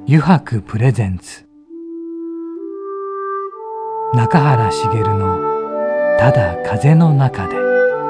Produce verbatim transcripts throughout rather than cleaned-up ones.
油白プレゼンツ中原茂のただ風の中で。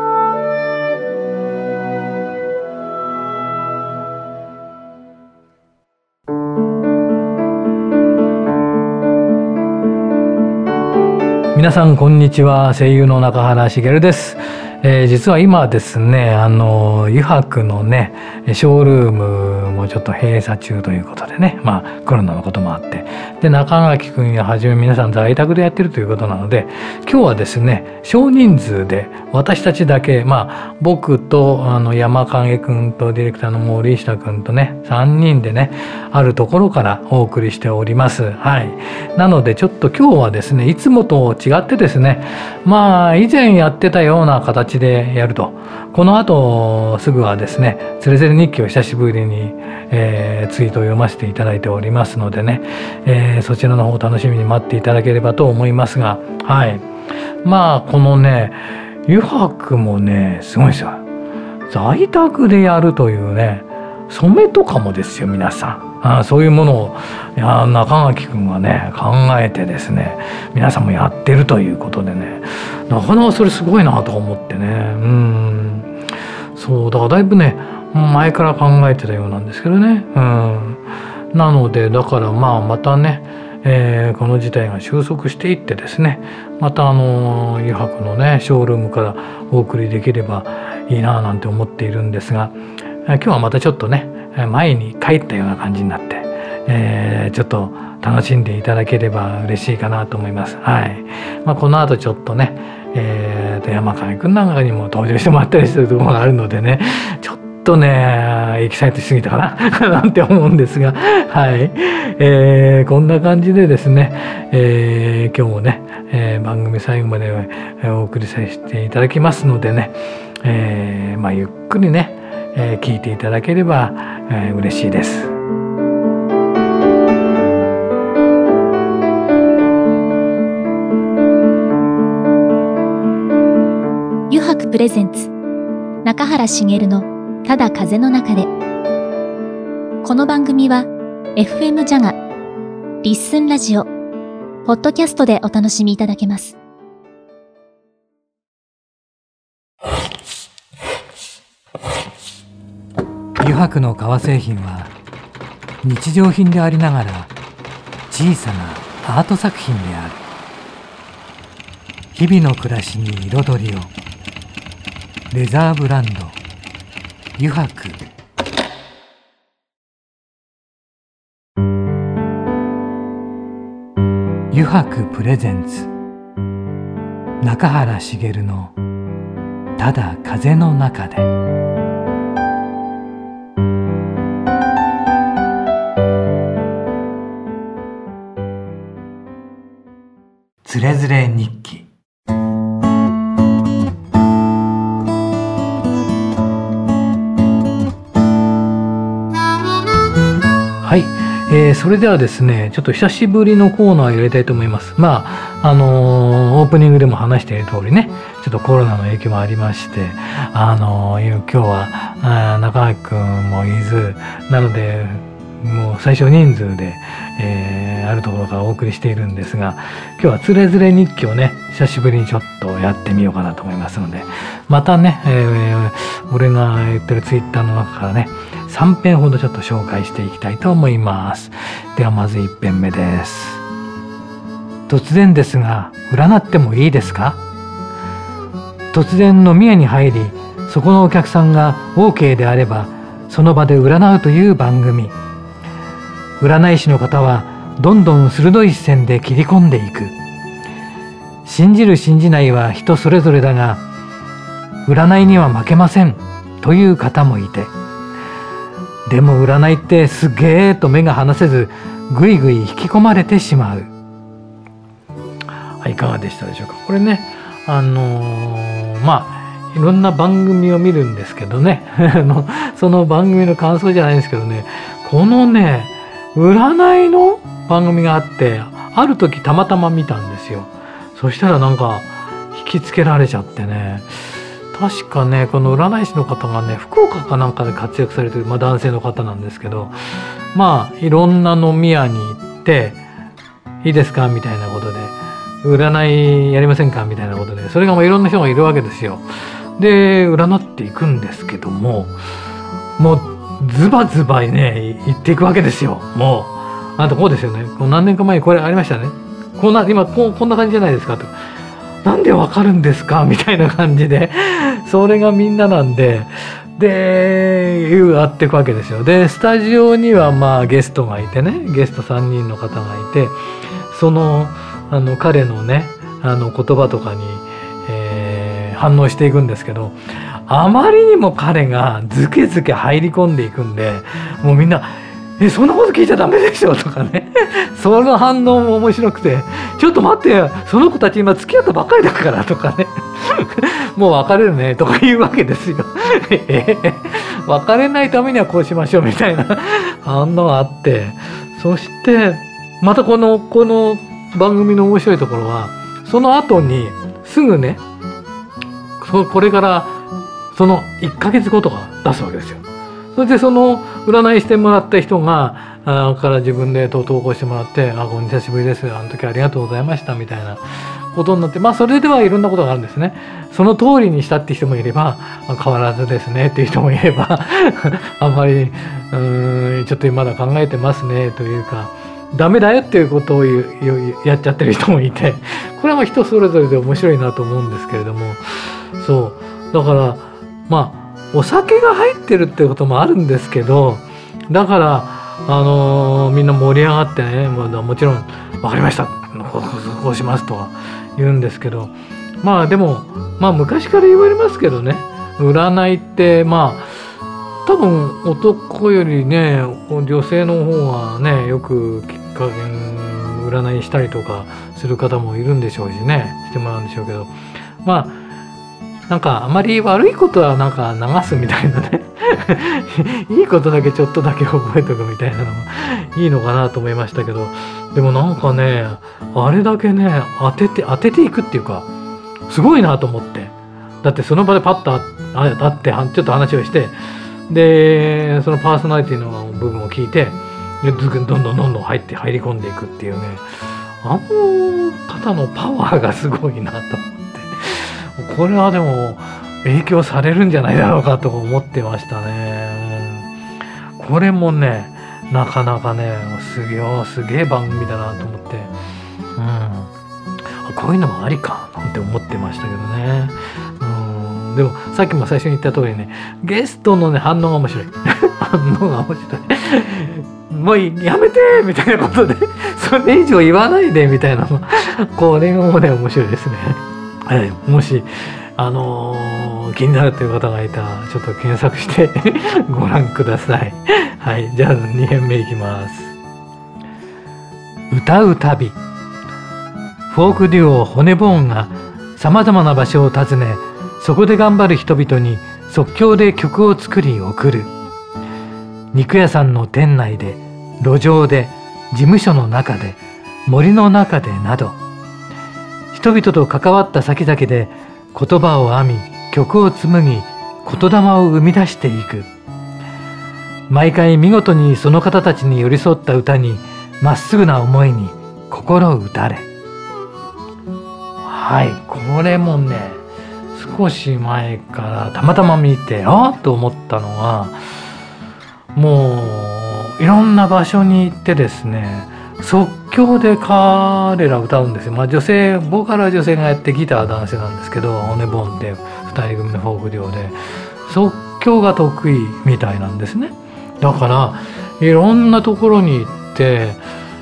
皆さんこんにちは、声優の中原茂です。えー、実は今ですね、あの油白のねショールームもちょっと閉鎖中ということでね、まあコロナのこともあって、で中垣くんやはじめ皆さん在宅でやってるということなので、今日はですね少人数で私たちだけ、まあ僕とあの山影くんとディレクターの森下くんとねさんにんでねあるところからお送りしております。はい。なのでちょっと今日はですねいつもと違ってですね、まあ以前やってたような形でやると。この後すぐはですねつれづれ日記を久しぶりに、えー、ツイートを読ませていただいておりますのでね、えー、そちらの方楽しみに待っていただければと思いますが、はい。まあこのね油白もねすごいですよ。在宅でやるというね、染めとかもですよ皆さん。あそういうものをいや中垣くんがね考えてですね皆さんもやってるということでね、なかなかそれすごいなと思ってね、うんそうだからだいぶね前から考えてたようなんですけどね、うんなのでだからまあまたね、えー、この事態が収束していってですね、またあの油白のねショールームからお送りできればいいななんて思っているんですが、今日はまたちょっとね前に帰ったような感じになって、えー、ちょっと楽しんでいただければ嬉しいかなと思います。はい。まあ、この後ちょっとね、えー、と山上くんなんかにも登場してもらったりするところがあるのでね、ちょっとねエキサイトしすぎたかななんて思うんですが、はい。えー、こんな感じでですね、えー、今日もね、えー、番組最後までお送りさせていただきますのでね、えー、まあゆっくりね。えー、聞いていただければ、えー、嬉しいです。 油白プレゼンツ中原茂のただ風の中で。この番組は エフエム ジャガ、リッスンラジオ、ポッドキャストでお楽しみいただけます。 油白の革製品は日常品でありながら小さなアート作品である。日々の暮らしに彩りを。レザーブランド油白。油白プレゼンツ中原茂のただ風の中で。つれづれ日記。はい、えー、それではですねちょっと久しぶりのコーナーを入れたいと思います。まああのー、オープニングでも話している通りね、ちょっとコロナの影響もありまして、あのー、今日は中垣くんもいず、なのでもう最小人数で、えー、あるところからお送りしているんですが、今日はつれづれ日記をね久しぶりにちょっとやってみようかなと思いますので、またね、えー、俺が言ってるツイッターの中からねさん編ほどちょっと紹介していきたいと思います。ではまずいち編目です。突然ですが占ってもいいですか？突然飲み屋に入り、そこのお客さんが オーケー であればその場で占うという番組。占い師の方はどんどん鋭い視線で切り込んでいく。信じる信じないは人それぞれだが、占いには負けませんという方もいて、でも占いってすげーと目が離せずぐいぐい引き込まれてしまう。はい、いかがでしたでしょうか。これね、あのー、まあいろんな番組を見るんですけどねその番組の感想じゃないんですけどね、このね占いの番組があって、ある時たまたま見たんですよ。そしたらなんか引きつけられちゃってね、 確かねこの占い師の方がね福岡かなんかで活躍されてる、まあ、男性の方なんですけど、まあいろんな飲み屋に行っていいですかみたいなことで占いやりませんかみたいなことで、それがもういろんな人がいるわけですよ。で占っていくんですけども、もうズバズバね言っていくわけですよ。もうあんたこうですよね、こう何年か前にこれありましたね、こんな今ここんな感じじゃないですかと、なんでわかるんですかみたいな感じでそれがみんななんで、でやっていくわけですよ。でスタジオにはまあゲストがいてね、ゲストさんにんの方がいて、そのあの彼のねあの言葉とかに、えー、反応していくんですけど、あまりにも彼がズケズケ入り込んでいくんで、もうみんなえそんなこと聞いちゃダメでしょとかねその反応も面白くて、ちょっと待ってよその子たち今付き合ったばっかりだからとかねもう別れるねとか言うわけですよえ別れないためにはこうしましょうみたいな反応があって、そしてまたこのこの番組の面白いところは、その後にすぐねこれからそのいっかげつごとか出すわけですよ。それでその占いしてもらった人があから自分で投稿してもらって「あこんにちは久しぶりですあの時ありがとうございました」みたいなことになって、まあそれではいろんなことがあるんですね。その通りにしたって人もいれば変わらずですねっていう人もいればあんまりうーんちょっとまだ考えてますねというかダメだよっていうことをやっちゃってる人もいて、これは人それぞれで面白いなと思うんですけれども、そうだからまあお酒が入ってるってこともあるんですけど、だからあのー、みんな盛り上がってね、もうもちろん分かりましたこうしますとは言うんですけど、まあでもまあ昔から言われますけどね、占いってまあ多分男よりね女性の方はねよくきっかけ占いしたりとかする方もいるんでしょうしね、してもらうんでしょうけど、まあなんかあまり悪いことはなんか流すみたいなねいいことだけちょっとだけ覚えとくみたいなのもいいのかなと思いましたけど、でもなんかねあれだけね当てて当てていくっていうかすごいなと思って、だってその場でパッと会ってちょっと話をして、でそのパーソナリティの部分を聞いてでどんどんどんどん入って入り込んでいくっていうね、あの方のパワーがすごいなと思って、これはでも影響されるんじゃないだろうかと思ってましたね。これもねなかなかねすげえすげえ番組だなと思って、うん、こういうのもありかなんて思ってましたけどね。うん、でもさっきも最初に言った通りね、ゲストのね反応が面白い反応が面白いもうやめてみたいなことでそれ以上言わないでみたいなのこれもね面白いですね。はい、もしあのー、気になるという方がいたらちょっと検索してご覧ください。はい、じゃあに編目いきます。歌う旅。フォークデュオ骨ボーンがさまざまな場所を訪ね、そこで頑張る人々に即興で曲を作り送る。肉屋さんの店内で、路上で、事務所の中で、森の中でなど、人々と関わった先々で言葉を編み、曲を紡ぎ、言霊を生み出していく。毎回見事にその方たちに寄り添った歌に、まっすぐな思いに心打たれ。はい、これもね、少し前からたまたま見て、あっと思ったのは、もういろんな場所に行ってですね、即興で彼ら歌うんですよ。まあ女性、ボーカルは女性がやってギターは男性なんですけど、骨ボンってふたり組のフォークデュオで即興が得意みたいなんですね。だからいろんなところに行って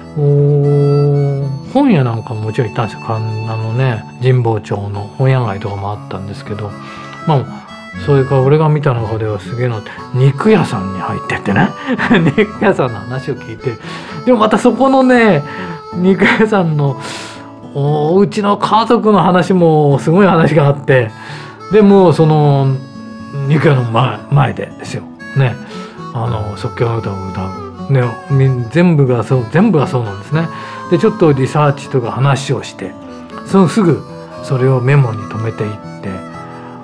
本屋なんかももちろん行ったんですよ。あのね神保町の本屋街とかもあったんですけど、まあそれから俺が見た中ではすげえなって、肉屋さんに入ってってね肉屋さんの話を聞いて、でもまたそこのね肉屋さんのおうちの家族の話もすごい話があって、でもその肉屋の 前, 前でですよね、あの即興の歌を歌う、ね、全部がそう全部がそうなんですね。でちょっとリサーチとか話をして、そのすぐそれをメモに留めていって、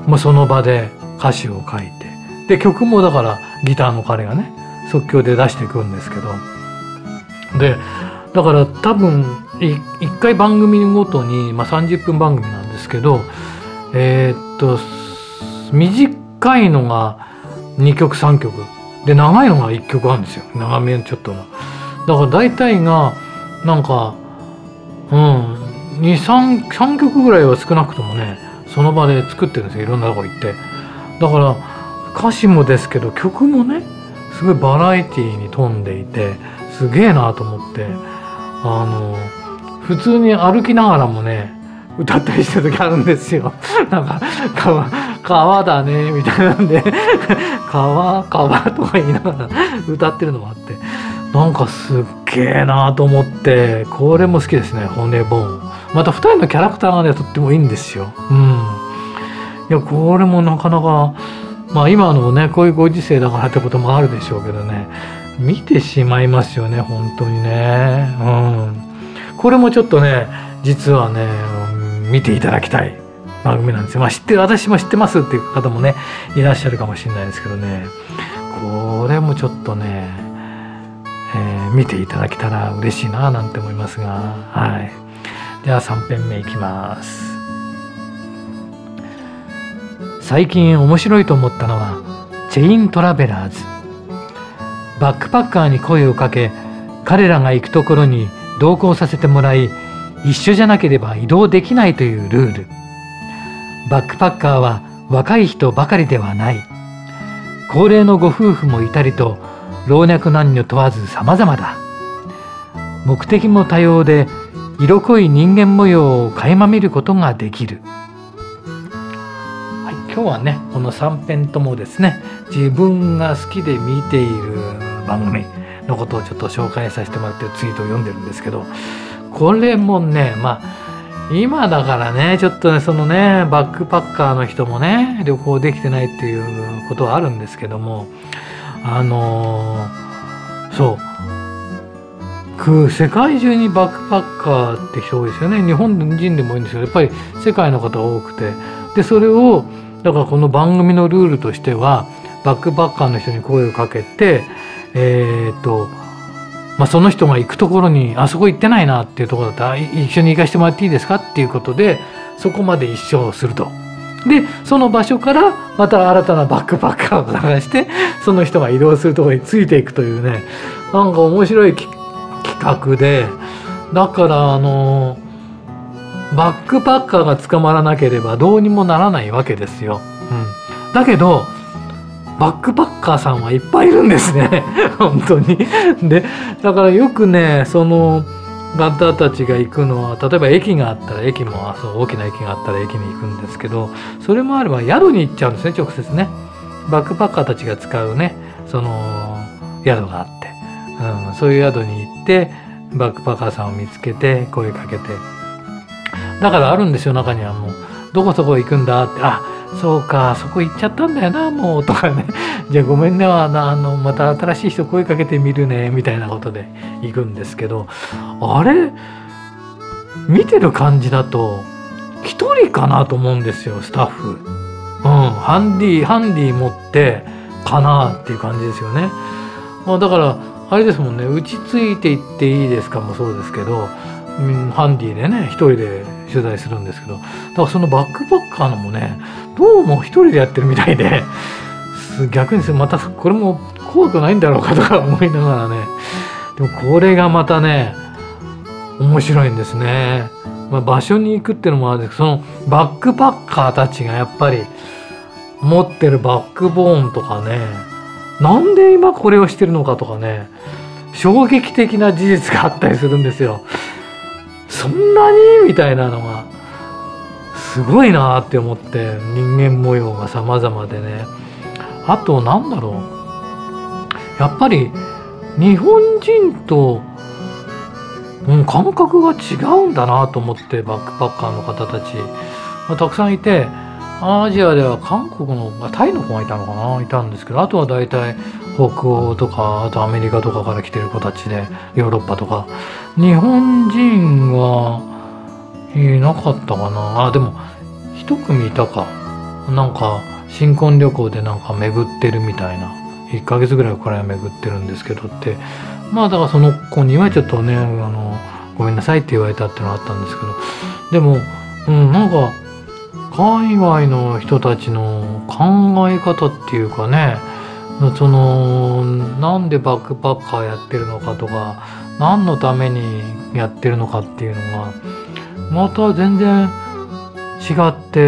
もうその場で歌詞を書いて、で曲もだからギターの彼がね即興で出していくんですけど、でだから多分いいっかい番組ごとに、まあ、さんじゅっぷん番組なんですけど、えーっと短いのがにきょくさんきょくで、長いのがいっきょくあるんですよ。長めちょっとのだから大体がなんかうんにさんきょくぐらいは少なくともねその場で作ってるんですよ。いろんなとこ行って。だから歌詞もですけど曲もねすごいバラエティーに富んでいてすげえなと思って、あの普通に歩きながらもね歌ったりしてる時あるんですよ。なんか川川だねみたいなんで川川とか言いながら歌ってるのもあって、なんかすっげえなと思って、これも好きですね。骨ボーンまたふたりのキャラクターがねとってもいいんですよ。うん、いやこれもなかなかまあ今のねこういうご時世だからってこともあるでしょうけどね、見てしまいますよね本当にね。うん、これもちょっとね実はね見ていただきたい番組なんですよ。まあ知ってる、私も知ってますっていう方もねいらっしゃるかもしれないですけどね、これもちょっとね、えー、見ていただけたら嬉しいななんて思いますが、はい。ではさん編目いきます。最近面白いと思ったのはチェイントラベラーズ。バックパッカーに声をかけ、彼らが行くところに同行させてもらい、一緒じゃなければ移動できないというルール。バックパッカーは若い人ばかりではない。高齢のご夫婦もいたりと、老若男女問わず様々だ。目的も多様で、色濃い人間模様を垣間見ることができる。はい、今日はねこのさん編ともですね、自分が好きで見ている番組のことをちょっと紹介させてもらってツイートを読んでるんですけど、これもねまあ今だからねちょっとねそのねバックパッカーの人もね旅行できてないっていうことはあるんですけども、あのー、そう世界中にバックパッカーって人多いですよね。日本人でもいいんですけどやっぱり世界の方多くて、でそれをだからこの番組のルールとしてはバックパッカーの人に声をかけて、えー、っとまあその人が行くところにあそこ行ってないなっていうところだったら一緒に行かせてもらっていいですかっていうことでそこまで一緒すると。でその場所からまた新たなバックパッカーを探してその人が移動するところについていくというね、なんか面白い企画で、だからあのバックパッカーが捕まらなければどうにもならないわけですよ。うん、だけどバックパッカーさんはいっぱいいるんですね本当に。でだからよくねその方たちが行くのは、例えば駅があったら駅もそう大きな駅があったら駅に行くんですけど、それもあれば宿に行っちゃうんですね直接ね。バックパッカーたちが使うねその宿があって、うん、そういう宿に行ってバックパッカーさんを見つけて声かけて、だからあるんですよ中にはもうどこそこ行くんだって、あそうかそこ行っちゃったんだよなもうとかねじゃあごめんねあのまた新しい人声かけてみるねみたいなことで行くんですけど、あれ見てる感じだと一人かなと思うんですよスタッフ。うん、ハンディハンディ持ってかなっていう感じですよね。まあ、だからあれですもんね、うちついて行っていいですかもそうですけど、うん、ハンディでね一人で取材するんですけど、だからそのバックパッカーのもねどうも一人でやってるみたいで、逆にまたこれも怖くないんだろうかとか思いながらね、でもこれがまたね面白いんですね。まあ、場所に行くっていうのもあるんですけど、そのバックパッカーたちがやっぱり持ってるバックボーンとかね、なんで今これをしてるのかとかね、衝撃的な事実があったりするんですよ。そんなにみたいなのがすごいなって思って、人間模様が様々でね。あとなんだろう、やっぱり日本人と、うん、感覚が違うんだなと思って、バックパッカーの方たち、まあ、たくさんいて、アジアでは韓国のタイの子がいたのかないたんですけど、あとは大体北欧とかあとアメリカとかから来てる子たちで、ヨーロッパとか、日本人はいなかったかなあ。でも一組いたか。 なんか新婚旅行でなんか巡ってるみたいな、いっかげつぐらいこれは巡ってるんですけどって、まあだからその子にはちょっとね、あのごめんなさいって言われたっていうのがあったんですけど、でも、うん、なんか海外の人たちの考え方っていうかね、そのなんでバックパッカーやってるのかとか、何のためにやってるのかっていうのがまた全然違って、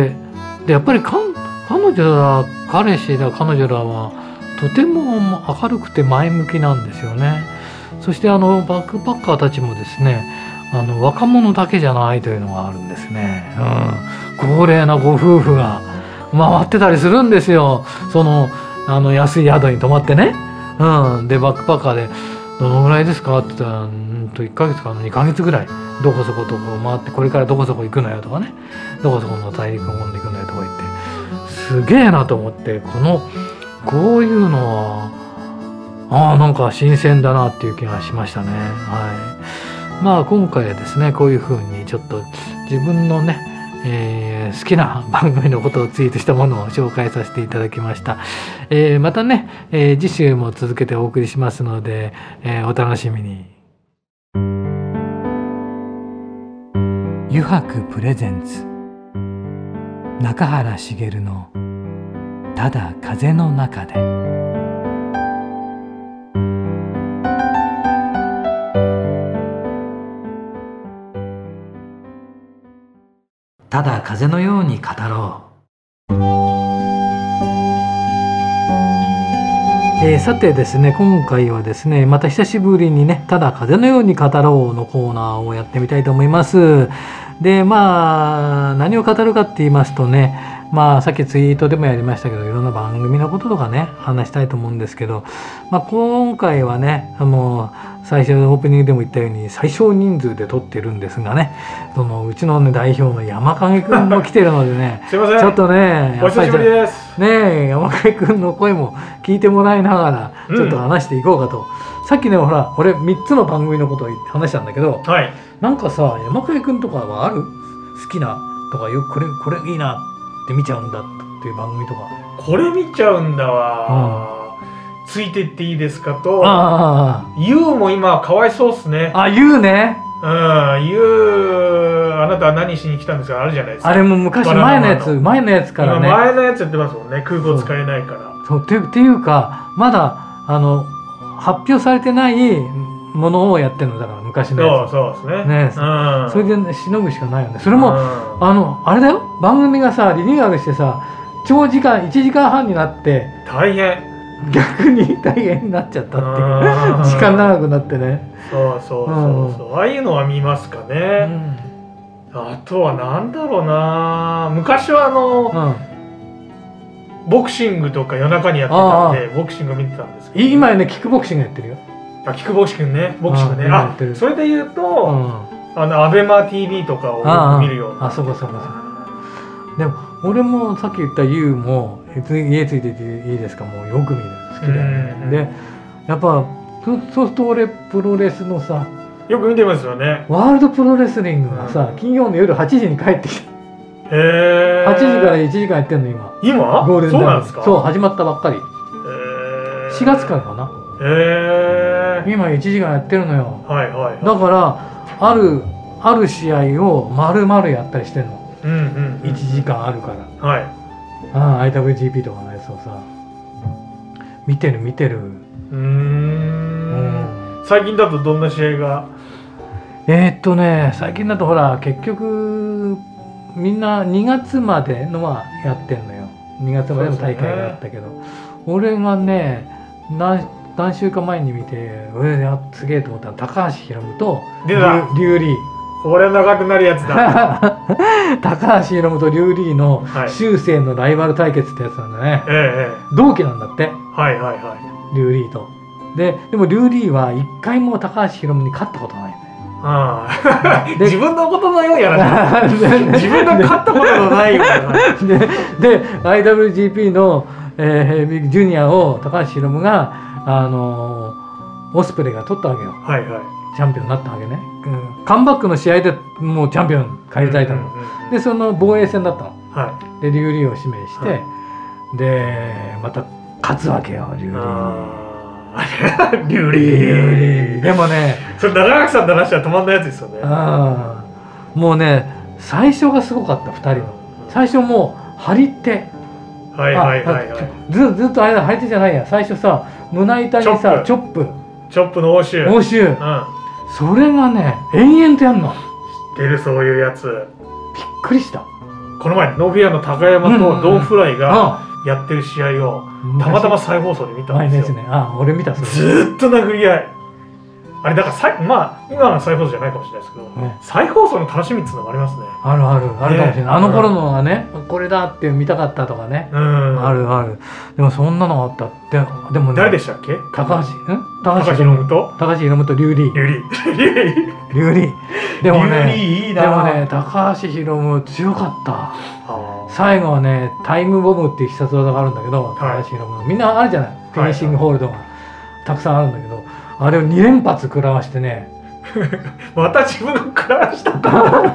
でやっぱりか彼女ら彼氏だ彼女らはとても明るくて前向きなんですよね。そしてあのバックパッカーたちもですね、あの若者だけじゃないというのがあるんですね、うん、高齢なご夫婦が回ってたりするんですよ。そのあの安い宿に泊まってね、うん、でバックパッカーでどのぐらいですかって言ったら、うんといっかげつかにかげつぐらいどこそことこ回って、これからどこそこ行くのよとかね、どこそこの大陸を飛んでいくのよとか言って、すげえなと思って、このこういうのはああなんか新鮮だなっていう気がしましたね。はい。まあ今回はですね、こういうふうにちょっと自分のね、えー、好きな番組のことをツイートしたものを紹介させていただきました。えー、またね、えー、次週も続けてお送りしますので、えー、お楽しみに。油白プレゼンツ中原茂のただ風の中で。ただ風のように語ろう。えー、さてですね、今回はですね、また久しぶりにね、ただ風のように語ろうのコーナーをやってみたいと思います。で、まあ何を語るかって言いますとね、まあさっきツイートでもやりましたけど、いろんな番組のこととかね話したいと思うんですけど、まあ今回はね、あの最初のオープニングでも言ったように最小人数で撮ってるんですがね、そのうちの、ね、代表の山影くんも来てるのでねすいません、 ちょっとねお久しぶりですね、山影くんの声も聞いてもらいながらちょっと話していこうかと、うん、さっきねほら俺みっつの番組のことを話したんだけど、 はい、 なんかさ山影くんとかはある好きなとか、よくこれこれいいなって見ちゃうんだっていう番組とか。 これ見ちゃうんだわ、うん、ついてっていいですかと、 ああ、 ユウも今かわいそうっすね。 あ、ユウね、 うん、ユウあなたは何しに来たんですか、あるじゃないですか。 あれも昔前のやつ前のやつからね、 今前のやつやってますもんね、空港使えないから。 そうってっていうかまだあの発表されてないものをやってるのだから、昔のやつ。 そうそうですね。 ね、うん、それで、ね、しのぐしかないよね。それも、うん、あのあれだよ、番組がさリニューアルしてさ長時間いちじかんはんになって大変、 逆に大変になっちゃったっていう時間長くなってね。 そうそうそうそう、うん、ああいうのは見ますかね、うん、あとはなんだろうな、昔はあの、うん、ボクシングとか夜中にやってたんでボクシング見てたんですけど、 今ねキックボクシングやってるよ。 あ、キックボクシングね、ボクシングね。あ、それで言うと、うん、あのアベマ ティービー とかをよく見るような。 ああ、そうかそうかそうか。でも俺もさっき言った ユウも家ついてていいですか、もうよく見る、好きだよね。でやっぱそうすると俺プロレスのさよく見てますよね。 ワールドプロレスリングがさ、うん、金曜の夜はちじに帰ってきた。 へー、 はちじからいちじかんやってんの今。 今ゴールデンタイム。 そうなんですか。 そう、始まったばっかり。 へー、 しがつからかな。 へー、 今いちじかんやってるのよ。 はいはい、はい、 だからあるある試合を丸々やったりしてるの。 うんうん、うん、 いちじかんあるから。 はい。 ああ アイダブリュージーピー とかのやつをさ見てる見てる。 うーん、うん、最近だとどんな試合が？ えー、っとね最近だとほら結局みんなにがつまでのはやってんのよ。にがつまでの大会があったけど、ね、俺がね何何週間前に見て俺やすげえと思ったら高橋宏夢とリュウリー。 これ長くなるやつだ。 高橋宏夢とリュウリーの終生のライバル対決ってやつなんだね、 ええ、 同期なんだって。 はいはいはい。 リュウリーとででもリュウリーはいっかいも高橋宏夢に勝ったことないんだよ。 ああ自分のことのようやらない自分が勝ったことのないようで, で アイダブリュージーピー の、えー、ジュニアを高橋宏夢があのー、オスプレイが取ったわけよ。 はいはい。 チャンピオンになったわけね、うん、カムバックの試合でもうチャンピオン返り咲いたの、うんうんうん、でその防衛戦だったの。 はで竜理を指名して、 はでまた勝つわけよ竜理。 あー竜竜理理でもね、 それ長垣さんの話は止まんないやつですよね。 あーもうね最初がすごかったふたりの。最初もう張り手、 はいはいはいはい。 ずずっと間張り手じゃないや、最初さ胸板にさチョップチョップの応酬。 応酬、 うん。 それがね延々とやんの。 知ってるそういうやつ。 びっくりした。 この前ノーフィアの高山とドンフライがやってる試合をうんたまたま再放送で見たん前ですよ。 ですね。あ、俺見たそれ。 ずーっと殴り合い。あれだからさいまあ今の再放送じゃないかもしれないですけど、 ね再放送の楽しみっていうのもありますね。 あるあるあるかもしれない。 ねあの頃のがね、これだって見たかったとかね。 うん。 あるある。でもそんなのがあったってでもね。 誰でしたっけ？ 高橋ん？ 高橋宏夢と高橋宏夢と竜理。 竜理。 竜理。でもね。 竜理いいな。 でもね高橋宏夢強かった。 あー最後はねタイムボムっていう必殺技があるんだけど、 はい高橋宏夢のみんなあるじゃない。フィニッシングホールドがたくさんあるんだけど、あれをに連発食らわしてね。 また自分が食らわしたか。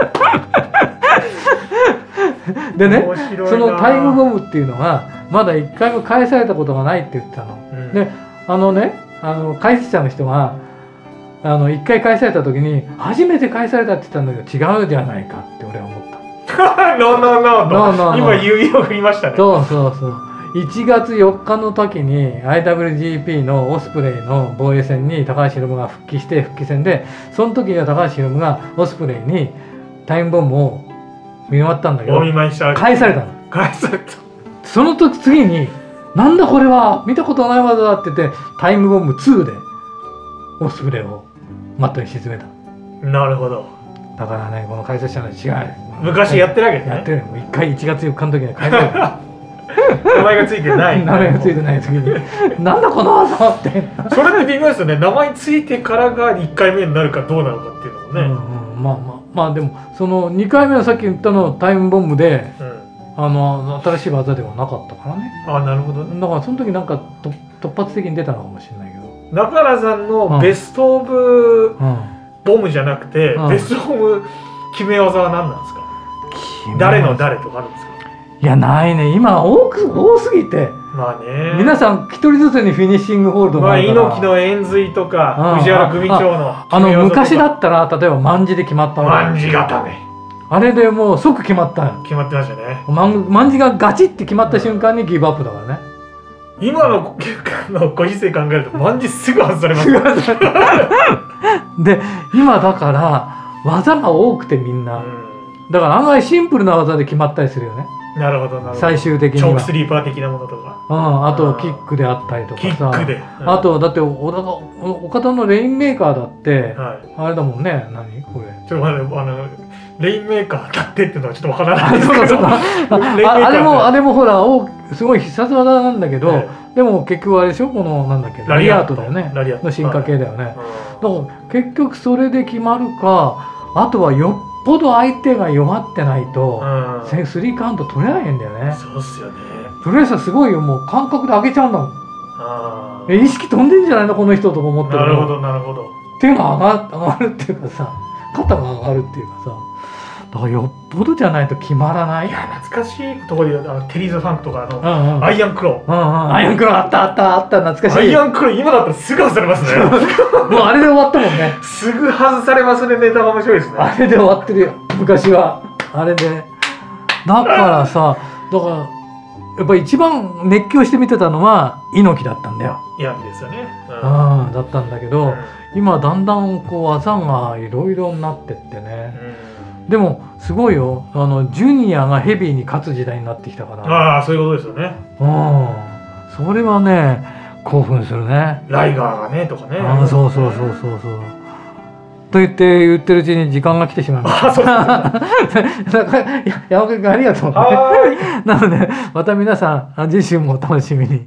でね面白いな。 そのタイムボムっていうのがまだ一回も返されたことがないって言ってたの。 うんであのねあの解説者の人があの一回返された時に初めて返されたって言ったんだけど違うじゃないかって俺は思った。 ノーノーノーノーノーノー今指を振りましたね。 そうそうそう。いちがつよっかの時に アイダブリュージーピー のオスプレイの防衛戦に高橋宏夢が復帰して復帰戦で、その時には高橋宏夢がオスプレイにタイムボムを見終わったんだけどお見舞いした。 返されたの。 返された。 その時次になんだこれは見たことない技だって言ってタイムボムツーでオスプレイをマットに沈めた。 なるほど。 だからねこの解説者の違い昔やってるわけね。 やってるもう一回いちがつよっかの時には返された。 名前がついてない。 名前がついてない時になんだこの技って。 それって微妙ですよね。名前ついてからがいっかいめになるかどうなのかっていうのもね。 うんうん、まあまあまあでもそのにかいめのさっき言ったのタイムボムでうん。 あの新しい技ではなかったからね。 あ、なるほどね。 だからその時なんかと突発的に出たのかもしれないけど。 中原さんのベストオブうん。 ボムじゃなくて、 うんベストオブ決め技は何なんですか？誰の誰とかあるんですか？ いやないね今多く多すぎてまあね。 皆さん一人ずつにフィニッシングホールドまあがあるから。 猪木の円髄とかうん藤原組長のあの昔だったら例えば万字で決まったわけ万字固めあれでもう即決まったよ。 決まってましたね。 万万字がガチって決まった瞬間にギブアップだからね。 今ののご時世考えると万字すぐ外されますよ。 で今だから技が多くてみんな、 うだから案外シンプルな技で決まったりするよねん、なるほどなるほど。 最終的には。 チョークスリーパー的なものとか。 うん、あとあーキックであったりとかキさックで。うんあとだって小田が岡田のレインメーカーだって、 はい。 あれだもんね何これ。 ちょっと待って、あのレインメーカーだってっていうのはちょっとわからないあですけど。 そうかそうかレインメーカーってああれもあれもほらおすごい必殺技なんだけど、 はいでも結局あれでしょこのなんだっけラリアートだよねラリアートの進化系だよね、 うんだから結局それで決まるかあとはよっぽど相手が弱ってないと、 うんせスリーカウント取れないんだよね。 そうっすよね。 プロレスはすごいよもう感覚で上げちゃうんだもん。 あえ意識飛んでんじゃないのこの人とか思っあ。 てるなるほどなるほど。 手が上が上がるっていうかさ肩が上がるっていうかさだからよっぽどじゃないと決まらない。 いや懐かしいところであのテリーズ・ファンクとかあの、 うんうんアイアンクロうんうんアイアンクローあったあったあった懐かしい。 ー。アイアンクロー今だったらすぐ外されますね。 もうあれで終わったもんね。 すぐ外されますね。ネタが面白いですね。 あれで終わってるよ昔はあれで。だからさだからやっぱり一番熱狂して見てたのは猪木だったんだよ。 いやですよね。 ああだったんだけど、 うん今だんだんこう技がいろいろになってってね、 うんでもすごいよあのジュニアがヘビーに勝つ時代になってきたから、 ああそういうことですよね。 うんそれはね興奮するね。 ライガーがねとかね。 ああそうそうそうそうそうと言って言ってるうちに時間が来てしまいました。 あそうそうだからいや山岡君ありがとうね。 はーい。 なのでまた皆さん次週もお楽しみに。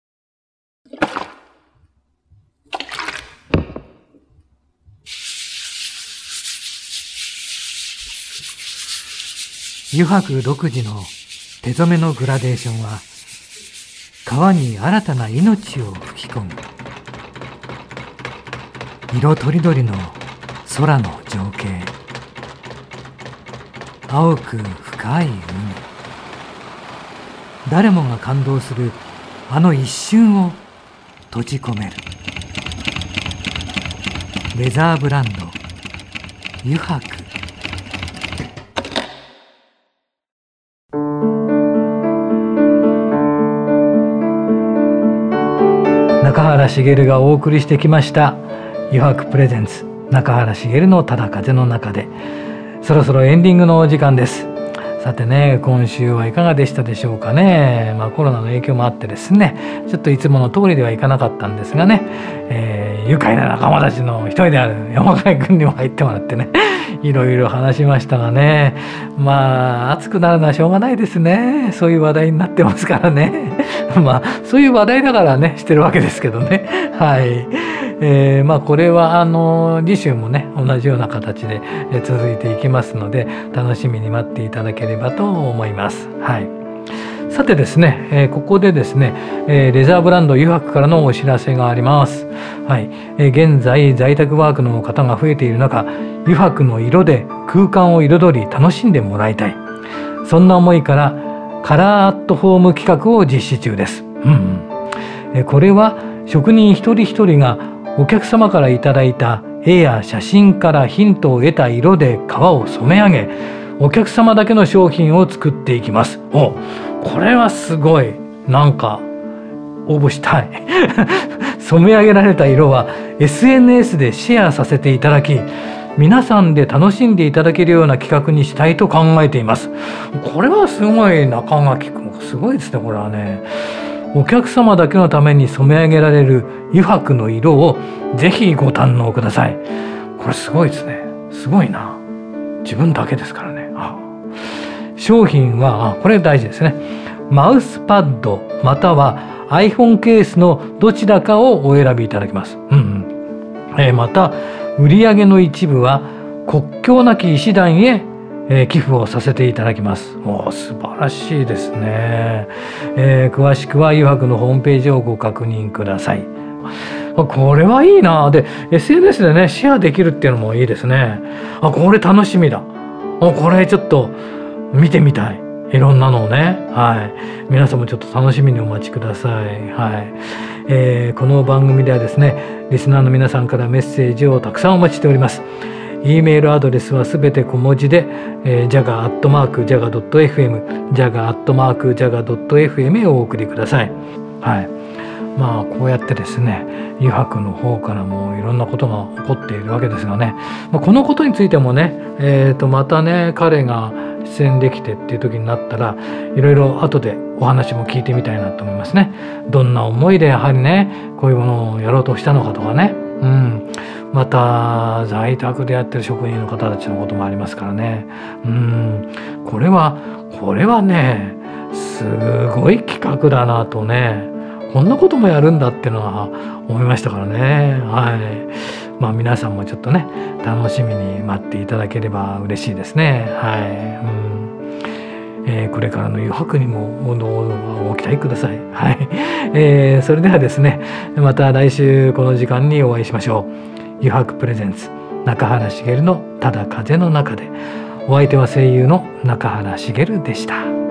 油白独自の手染めのグラデーションは川に新たな命を吹き込む。色とりどりの空の情景。 青く深い海、誰もが感動するあの一瞬を閉じ込める。レザーブランド油白。中原茂がお送りしてきました油白プレゼンツ中原茂のただ風の中で、そろそろエンディングのお時間です。さてね、今週はいかがでしたでしょうかね。まあ、コロナの影響もあってですね、ちょっといつもの通りではいかなかったんですがね、えー、愉快な仲間たちの一人である山海君にも入ってもらってね、いろいろ話しましたがね、まあ熱くなるのはしょうがないですね。そういう話題になってますからね。まあそういう話題だからねしてるわけですけどね。はい。えー、まあこれはあの次週もね同じような形で続いていきますので、楽しみに待っていただければと思います。はい。さてですね、えー、ここでですね、えー、レザーブランド油白からのお知らせがあります。はい。えー、現在在宅ワークの方が増えている中、油白の色で空間を彩り楽しんでもらいたい。そんな思いからカラーアットホーム企画を実施中です。うんうん。えー、これは職人一人一人がお客様からいただいた絵や写真からヒントを得た色で革を染め上げ、お客様だけの商品を作っていきます。お、これはすごい。なんか応募したい。染め上げられた色は エスエヌエス でシェアさせていただき、皆さんで楽しんでいただけるような企画にしたいと考えています。これはすごい。中垣君すごいですね。これはね、お客様だけのために染め上げられる油白の色をぜひご堪能ください。これすごいですね。すごいな。自分だけですからね。ああ、商品は、あ、これ大事ですね。マウスパッドまたは iPhone ケースのどちらかをお選びいただけます。うんうん。えー、また売上の一部は国境なき医師団へ、えー、寄付をさせていただきます。お、素晴らしいですね。えー、詳しくは油白のホームページをご確認ください。これはいいな。で エスエヌエス でねシェアできるっていうのもいいですね。あ、これ楽しみだ。あ、これちょっと見てみたい。いろんなのをね。はい。皆さんもちょっと楽しみにお待ちください。はい。えー、この番組ではですね、リスナーの皆さんからメッセージをたくさんお待ちしております。E メールアドレスはすべて小文字で、えー、ジャガ アットマークジャガ ドット エフエム、ジャガ アットマークジャガ ドット エフエム へお送りください。はい。まあこうやってですね、油白の方からもいろんなことが起こっているわけですがね、まあ、このことについてもね、えー、とまたね彼が出演できてっていう時になったら、いろいろ後でお話も聞いてみたいなと思いますね。どんな思いでやはりねこういうものをやろうとしたのかとかね、うん、また在宅でやってる職人の方たちのこともありますからね、うん、これはこれはねすごい企画だなとね、こんなこともやるんだっていうのは思いましたからね。はい。まあ皆さんもちょっとね楽しみに待っていただければ嬉しいですね。はい。うん、えー、これからの油白にもどうぞご期待ください。はい。えー、それではですね、また来週この時間にお会いしましょう。油白プレゼンツ中原茂のただ風の中で。お相手は声優の中原茂でした。